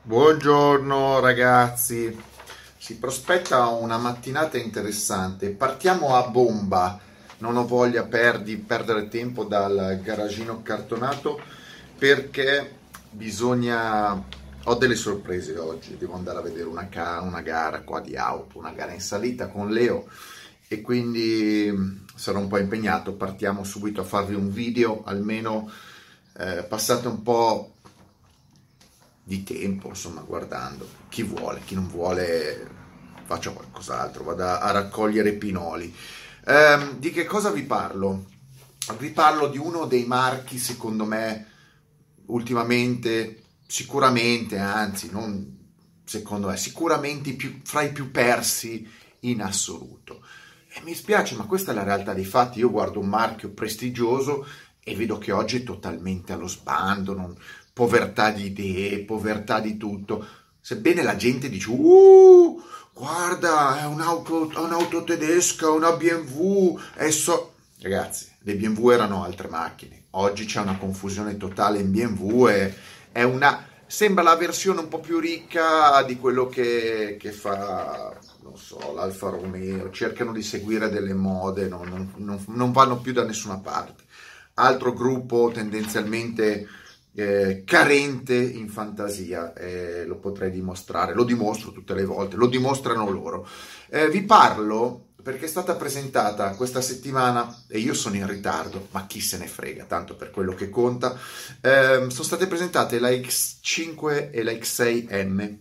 Buongiorno ragazzi, si prospetta una mattinata interessante. Partiamo a bomba, non ho voglia perdere tempo dal garagino cartonato perché ho delle sorprese oggi. Devo andare a vedere una gara qua di auto, una gara in salita con Leo e quindi sarò un po' impegnato. Partiamo subito a farvi un video, almeno passate un po' di tempo, insomma, guardando. Chi vuole, chi non vuole, faccia qualcos'altro, vada a raccogliere pinoli. Di che cosa vi parlo? Vi parlo di uno dei marchi, secondo me, ultimamente, sicuramente, anzi, non secondo me, sicuramente fra i più persi in assoluto. E mi spiace, ma questa è la realtà dei fatti. Io guardo un marchio prestigioso e vedo che oggi è totalmente allo sbando, povertà di idee, povertà di tutto. Sebbene la gente dice, guarda, è un'auto tedesca, una BMW, Ragazzi, le BMW erano altre macchine. Oggi c'è una confusione totale in BMW e sembra la versione un po' più ricca di quello che fa, non so, l'Alfa Romeo. Cercano di seguire delle mode, non vanno più da nessuna parte. Altro gruppo tendenzialmente carente in fantasia, lo potrei dimostrare, lo dimostro tutte le volte, lo dimostrano loro. Vi parlo perché è stata presentata questa settimana e io sono in ritardo, ma chi se ne frega, tanto per quello che conta. Sono state presentate la X5 e la X6M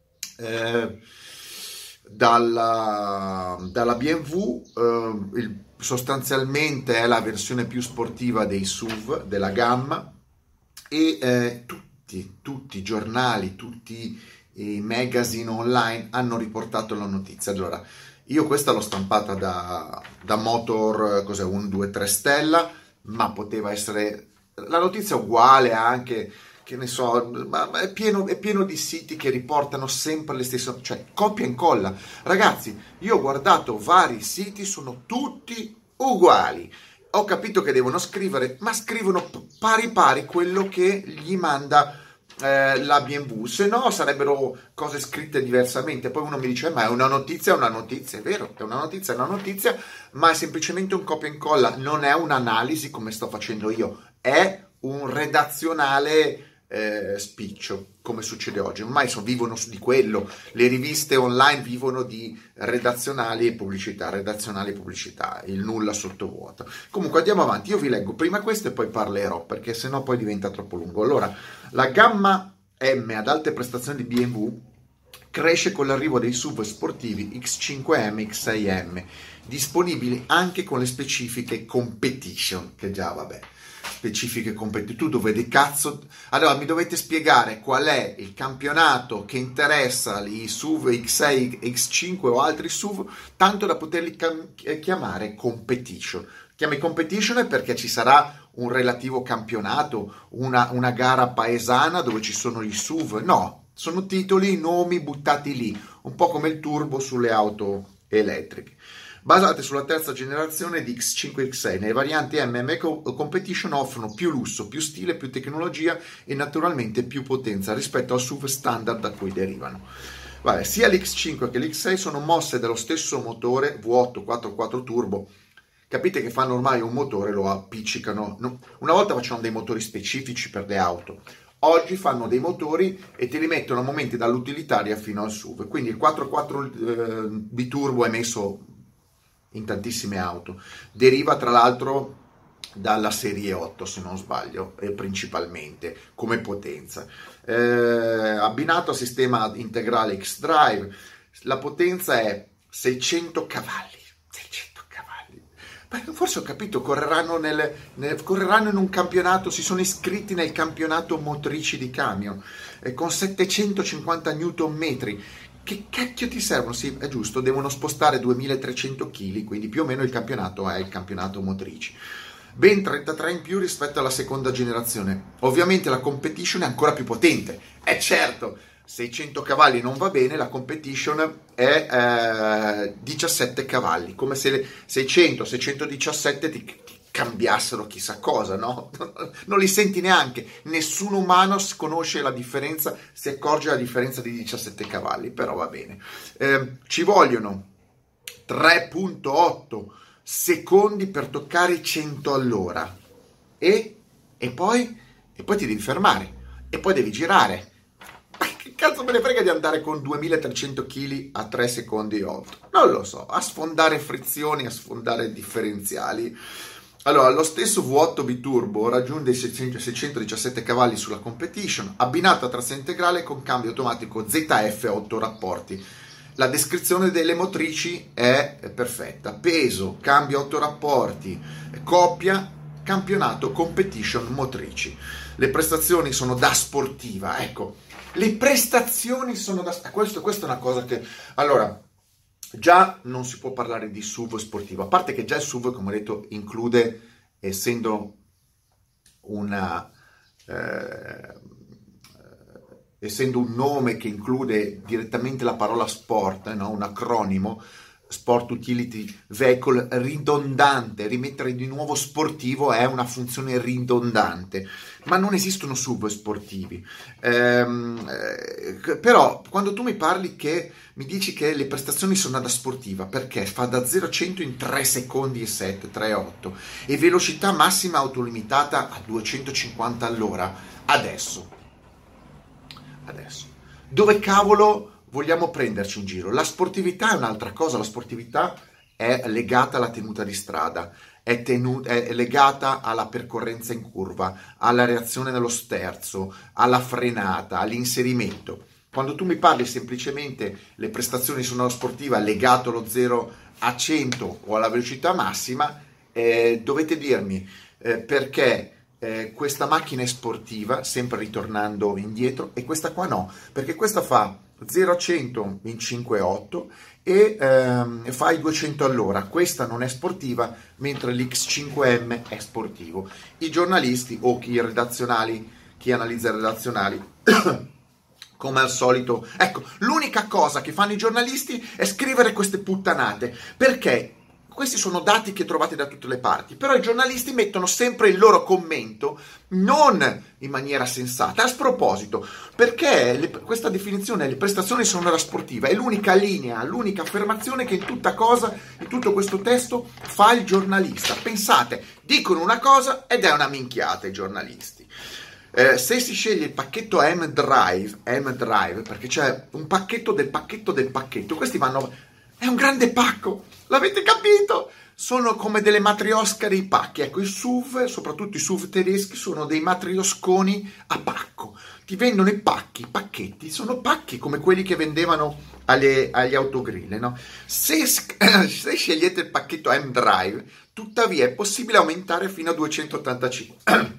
dalla BMW. Sostanzialmente è la versione più sportiva dei SUV della gamma e tutti i giornali, tutti i magazine online hanno riportato la notizia. Allora, io questa l'ho stampata da Motor, cos'è, 1, 2, 3 Stella, ma poteva essere la notizia uguale anche, che ne so, ma è pieno di siti che riportano sempre le stesse, cioè copia e incolla. Ragazzi, io ho guardato vari siti, sono tutti uguali. Ho capito che devono scrivere, ma scrivono pari quello che gli manda la BMW, se no sarebbero cose scritte diversamente. Poi uno mi dice, ma è una notizia, è vero, è una notizia, ma è semplicemente un copia e incolla, non è un'analisi come sto facendo io, è un redazionale spiccio, come succede oggi. Ormai vivono di quello, le riviste online vivono di redazionali e pubblicità, il nulla sottovuoto. Comunque andiamo avanti, io vi leggo prima questo e poi parlerò, perché sennò poi diventa troppo lungo. Allora, la gamma M ad alte prestazioni di BMW cresce con l'arrivo dei SUV sportivi X5M e X6M, disponibili anche con le specifiche competition, che già vabbè, specifiche competition, tu dovete cazzo, allora mi dovete spiegare qual è il campionato che interessa i SUV X6, X5 o altri SUV, tanto da poterli chiamare competition. Chiami competition perché ci sarà un relativo campionato, una gara paesana dove ci sono i SUV, no, sono titoli, nomi buttati lì, un po' come il turbo sulle auto elettriche. Basate sulla terza generazione di X5 e X6, le varianti MM Competition offrono più lusso, più stile, più tecnologia e naturalmente più potenza rispetto al SUV standard da cui derivano. Vabbè, sia l'X5 che l'X6 sono mosse dallo stesso motore V8 4.4 turbo. Capite che fanno ormai un motore, lo appiccicano. Una volta facevano dei motori specifici per le auto, oggi fanno dei motori e te li mettono a momenti dall'utilitaria fino al SUV. Quindi il 4.4 biturbo è messo in tantissime auto, deriva tra l'altro dalla serie 8 se non sbaglio, principalmente come potenza, abbinato a sistema integrale X-Drive. La potenza è 600 cavalli. Forse ho capito, correranno in un campionato, si sono iscritti nel campionato motrici di camion con 750 Nm. Che cacchio ti servono? Sì, è giusto, devono spostare 2300 kg, quindi più o meno il campionato è il campionato motrici. Ben 33 in più rispetto alla seconda generazione. Ovviamente la competition è ancora più potente. Certo, 600 cavalli non va bene, la competition è 17 cavalli, come se 600, 617 cambiassero chissà cosa, no? Non li senti neanche. Nessun umano conosce la differenza, si accorge la differenza di 17 cavalli, però va bene. Ci vogliono 3,8 secondi per toccare i 100 all'ora e poi ti devi fermare e poi devi girare. Ma che cazzo me ne frega di andare con 2300 kg a 3 secondi e 8? Non lo so, a sfondare frizioni, a sfondare differenziali. Allora, lo stesso V8 biturbo raggiunge i 617 cavalli sulla competition, abbinato a trazione integrale con cambio automatico ZF a 8 rapporti. La descrizione delle motrici è perfetta. Peso, cambio 8 rapporti, coppia, campionato, competition, motrici. Le prestazioni sono da sportiva, ecco. Le prestazioni sono da... Questo è una cosa che... Allora, già non si può parlare di SUV sportivo, a parte che già il SUV, come ho detto, include, essendo un nome che include direttamente la parola sport, no? Un acronimo, Sport Utility Vehicle, ridondante. Rimettere di nuovo sportivo è una funzione ridondante, ma non esistono SUV sportivi. Però quando tu mi dici che le prestazioni sono da sportiva, perché fa da 0 a 100 in 3 secondi e 7, 3,8 e velocità massima autolimitata a 250 all'ora, adesso dove cavolo vogliamo prenderci in giro? La sportività è un'altra cosa, la sportività è legata alla tenuta di strada, è legata alla percorrenza in curva, alla reazione nello sterzo, alla frenata, all'inserimento. Quando tu mi parli semplicemente le prestazioni su una sportiva legato allo 0 a 100 o alla velocità massima, dovete dirmi perché questa macchina è sportiva, sempre ritornando indietro, e questa qua no, perché questa fa 0 a 100 in 5,8 e fa i 200 all'ora. Questa non è sportiva, mentre l'X5M è sportivo. I giornalisti o chi analizza i redazionali come al solito, ecco, l'unica cosa che fanno i giornalisti è scrivere queste puttanate, perché questi sono dati che trovate da tutte le parti, però i giornalisti mettono sempre il loro commento non in maniera sensata, a sproposito, perché questa definizione, le prestazioni sono la sportiva, è l'unica linea, l'unica affermazione che in tutto questo testo fa il giornalista. Pensate, dicono una cosa ed è una minchiata i giornalisti. Se si sceglie il pacchetto M-Drive, perché c'è un pacchetto del pacchetto, questi vanno... È un grande pacco, l'avete capito? Sono come delle matrioscare i pacchi. Ecco, i SUV, soprattutto i SUV tedeschi, sono dei matriosconi a pacco. Ti vendono i pacchetti, sono pacchi come quelli che vendevano agli autogrill, no? Se scegliete il pacchetto M-Drive, tuttavia è possibile aumentare fino a 285.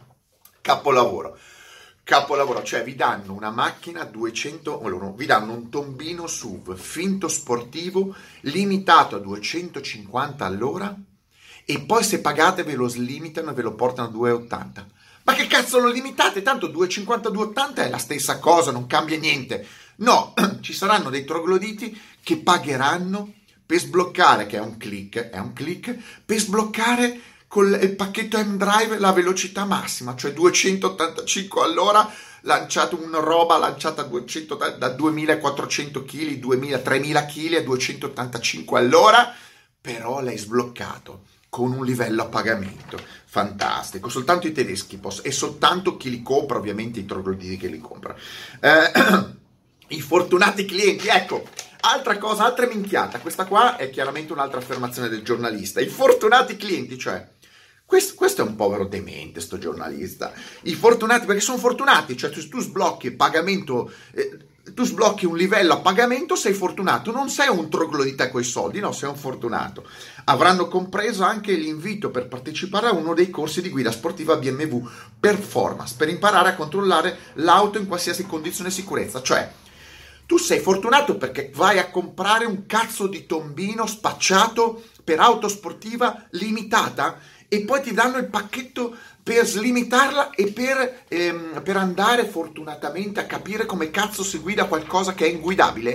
Capolavoro, cioè vi danno una macchina 200, vi danno un tombino SUV finto sportivo limitato a 250 all'ora e poi se pagate ve lo slimitano e ve lo portano a 280. Ma che cazzo lo limitate? Tanto 250-280 è la stessa cosa, non cambia niente. No, ci saranno dei trogloditi che pagheranno per sbloccare, che è un click, per sbloccare con il pacchetto M-Drive la velocità massima, cioè 285 all'ora, lanciato una roba lanciata a 200, da 2400 kg, 3000 kg a 285 all'ora, però l'hai sbloccato con un livello a pagamento fantastico. Soltanto i tedeschi possono, e soltanto chi li compra, ovviamente i trogloditi che li compra. I fortunati clienti, ecco. Altra cosa, altra minchiata, questa qua è chiaramente un'altra affermazione del giornalista. I fortunati clienti, cioè, questo è un povero demente, sto giornalista. I fortunati, perché sono fortunati, cioè tu sblocchi il pagamento, tu sblocchi un livello a pagamento, sei fortunato, non sei un troglodita coi soldi, no, sei un fortunato. Avranno compreso anche l'invito per partecipare a uno dei corsi di guida sportiva BMW Performance, per imparare a controllare l'auto in qualsiasi condizione di sicurezza, cioè, tu sei fortunato perché vai a comprare un cazzo di tombino spacciato per auto sportiva limitata e poi ti danno il pacchetto per slimitarla e per andare fortunatamente a capire come cazzo si guida qualcosa che è inguidabile.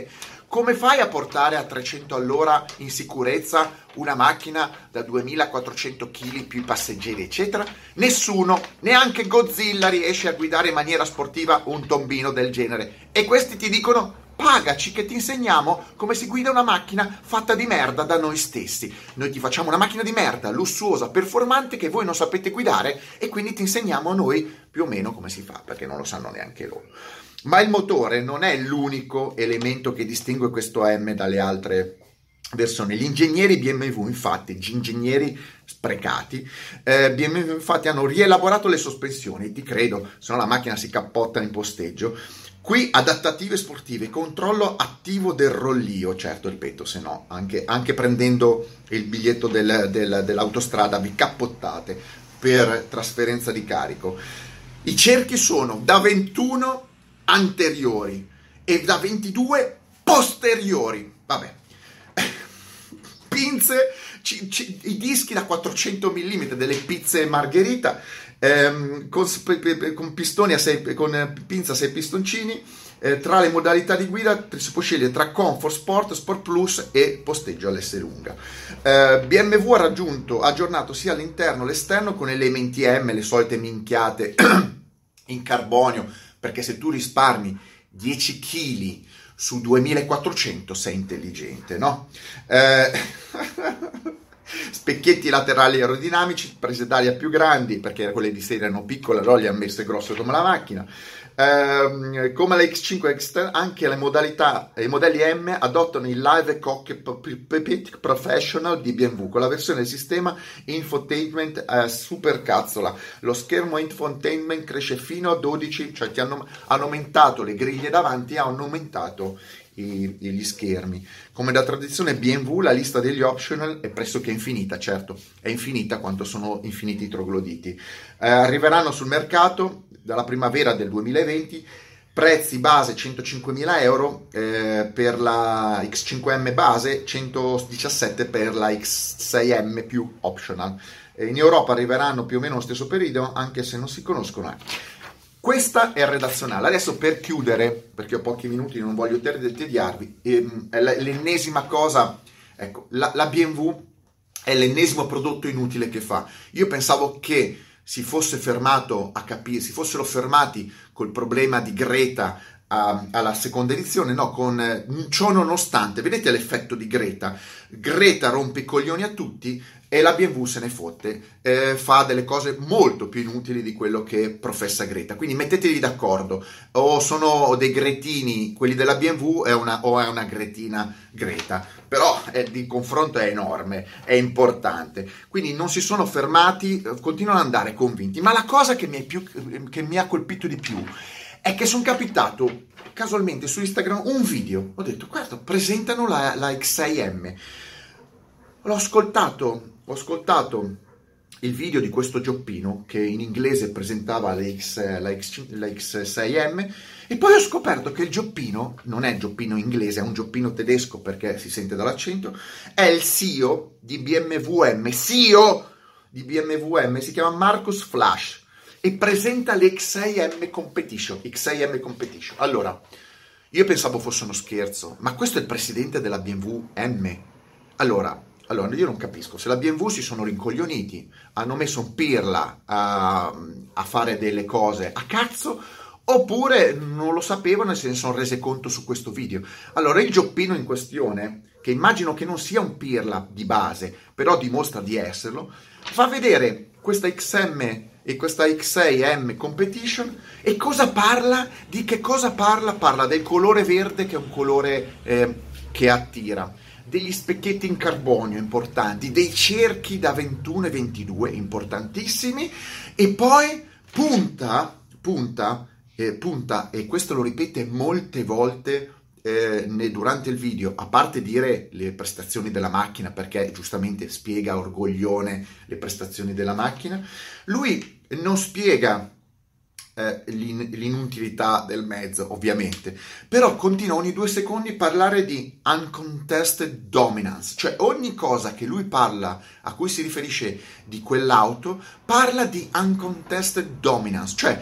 Come fai a portare a 300 all'ora in sicurezza una macchina da 2400 kg più i passeggeri, eccetera? Nessuno, neanche Godzilla riesce a guidare in maniera sportiva un tombino del genere. E questi ti dicono: pagaci che ti insegniamo come si guida una macchina fatta di merda da noi stessi. Noi ti facciamo una macchina di merda, lussuosa, performante, che voi non sapete guidare, e quindi ti insegniamo noi più o meno come si fa, perché non lo sanno neanche loro. Ma il motore non è l'unico elemento che distingue questo M dalle altre versioni. Gli ingegneri BMW, infatti, gli ingegneri sprecati, BMW infatti hanno rielaborato le sospensioni, ti credo, se no la macchina si cappotta in posteggio. Qui adattative sportive, controllo attivo del rollio, certo, ripeto, se no anche prendendo il biglietto dell'autostrada vi cappottate per trasferenza di carico. I cerchi sono da 21 anteriori e da 22 posteriori, vabbè. Pinze, i dischi da 400 mm delle pizze margherita, con pistoni con pinza a 6 pistoncini. Tra le modalità di guida si può scegliere tra Comfort, Sport, Sport Plus e posteggio all'S lunga. BMW ha aggiornato sia l'interno che l'esterno con elementi M, le solite minchiate in carbonio, perché se tu risparmi 10 kg su 2400 sei intelligente, no? Specchietti laterali aerodinamici, prese d'aria più grandi, perché quelle di serie erano piccole, allora le hanno messe grosse come la macchina. Come la X5 X10, anche i modelli M adottano il Live Cockpit Professional di BMW con la versione del sistema infotainment super cazzola. Lo schermo infotainment cresce fino a 12, cioè hanno aumentato le griglie davanti e hanno aumentato gli schermi. Come da tradizione BMW, la lista degli optional è pressoché infinita, certo, è infinita quanto sono infiniti i trogloditi. Arriveranno sul mercato dalla primavera del 2020, prezzi base 105.000 euro per la X5M base, 117 per la X6M più optional. In Europa arriveranno più o meno allo stesso periodo, anche se non si conoscono. Questa è il redazionale. Adesso, per chiudere, perché ho pochi minuti, non voglio tediarvi, è l'ennesima cosa. Ecco, la BMW è l'ennesimo prodotto inutile che fa. Io pensavo che si fossero fermati col problema di Greta alla seconda edizione. No, con ciò nonostante, vedete l'effetto di Greta rompe i coglioni a tutti e la BMW se ne fotte, fa delle cose molto più inutili di quello che professa Greta, quindi mettetevi d'accordo, o sono dei gretini quelli della BMW o è una gretina Greta, però il confronto è enorme, è importante, quindi non si sono fermati, continuano ad andare convinti. Ma la cosa che mi ha colpito di più è che sono capitato casualmente su Instagram un video, ho detto guarda, presentano la X6M, ho ascoltato il video di questo gioppino che in inglese presentava la X6M, e poi ho scoperto che il gioppino non è gioppino inglese, è un gioppino tedesco, perché si sente dall'accento, è il CEO di BMW M, si chiama Markus Flasch, e presenta l'X6M Competition. Allora, io pensavo fosse uno scherzo, ma questo è il presidente della BMW M. Allora io non capisco, se la BMW si sono rincoglioniti, hanno messo un pirla a fare delle cose a cazzo, oppure non lo sapevano e se ne sono rese conto su questo video. Allora, il gioppino in questione, che immagino che non sia un pirla di base, però dimostra di esserlo, fa vedere questa XM e questa X6M Competition, e cosa parla? Di che cosa parla? Parla del colore verde, che è un colore che attira, degli specchietti in carbonio importanti, dei cerchi da 21 e 22 importantissimi, e poi punta, e questo lo ripete molte volte durante il video, a parte dire le prestazioni della macchina, perché giustamente spiega orgoglione le prestazioni della macchina, lui non spiega l'inutilità del mezzo, ovviamente, però continua ogni 2 secondi a parlare di uncontested dominance, cioè ogni cosa che lui parla, a cui si riferisce di quell'auto, parla di uncontested dominance, cioè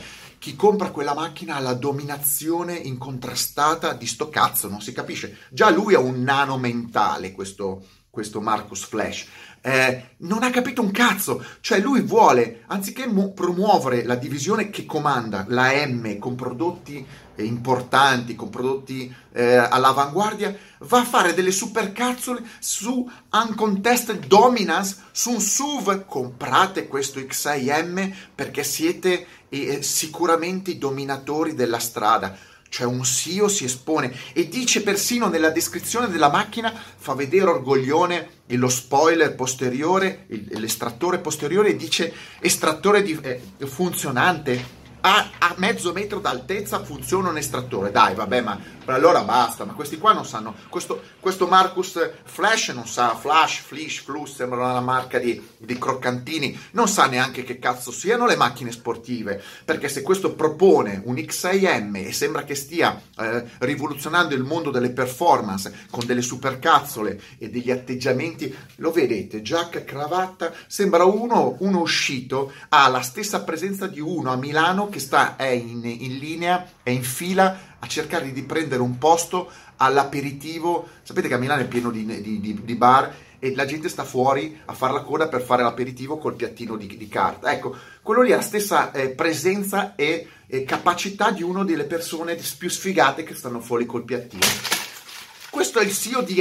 chi compra quella macchina ha la dominazione incontrastata di sto cazzo, non si capisce. Già lui ha un nano mentale, questo Marcus Flash. Non ha capito un cazzo, cioè lui vuole, anziché promuovere la divisione che comanda, la M, con prodotti importanti, con prodotti all'avanguardia, va a fare delle supercazzole su uncontested dominance, su un SUV. Comprate questo X6M perché siete sicuramente i dominatori della strada. Cioè un CEO si espone e dice persino nella descrizione della macchina, fa vedere orgoglione e lo spoiler posteriore, l'estrattore posteriore, e dice estrattore funzionante. A mezzo metro d'altezza funziona un estrattore. Dai, vabbè, ma allora basta. Ma questi qua non sanno. Questo Marcus Flash non sa. Flash, sembra una marca di croccantini. Non sa neanche che cazzo siano le macchine sportive. Perché se questo propone un X6M e sembra che stia rivoluzionando il mondo delle performance con delle supercazzole e degli atteggiamenti, lo vedete, giacca, cravatta, sembra uno uscito, ha la stessa presenza di uno a Milano che è in linea, è in fila a cercare di prendere un posto all'aperitivo. Sapete che a Milano è pieno di bar e la gente sta fuori a fare la coda per fare l'aperitivo col piattino di carta. Ecco, quello lì ha la stessa presenza e capacità di una delle persone più sfigate che stanno fuori col piattino. Questo è il CEO di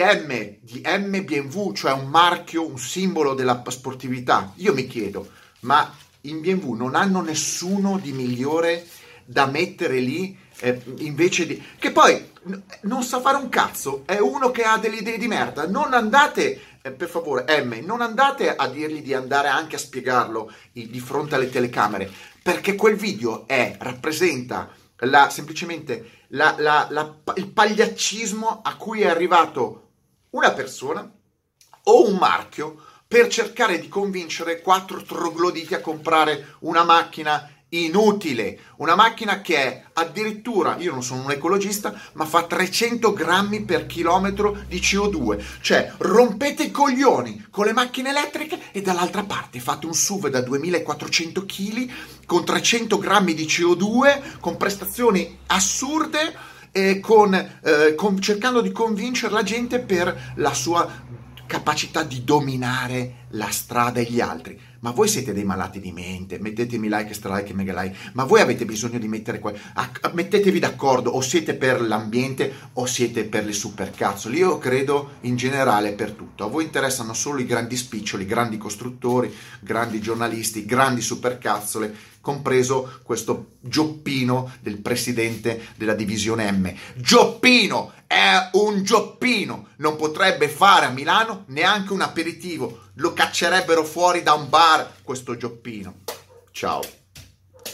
M BMW, cioè un marchio, un simbolo della sportività. Io mi chiedo, ma in BMW non hanno nessuno di migliore da mettere lì invece di... Che poi non sa fare un cazzo, è uno che ha delle idee di merda. Non andate, per favore, non andate a dirgli di andare anche a spiegarlo di fronte alle telecamere, perché quel video rappresenta semplicemente il pagliaccismo a cui è arrivato una persona o un marchio per cercare di convincere 4 trogloditi a comprare una macchina inutile, una macchina che è addirittura, io non sono un ecologista, ma fa 300 grammi per chilometro di CO2, cioè rompete i coglioni con le macchine elettriche e dall'altra parte fate un SUV da 2400 kg con 300 grammi di CO2, con prestazioni assurde, cercando di convincere la gente per la sua capacità di dominare la strada e gli altri. Ma voi siete dei malati di mente, mettetemi like, stralike e mega like, ma voi avete bisogno di mettere mettetevi d'accordo, o siete per l'ambiente o siete per le supercazzole. Io credo in generale per tutto. A voi interessano solo i grandi spiccioli, grandi costruttori, grandi giornalisti, grandi supercazzole, compreso questo gioppino del presidente della divisione M. Gioppino! È un gioppino! Non potrebbe fare a Milano neanche un aperitivo. Lo caccerebbero fuori da un bar, questo gioppino. Ciao.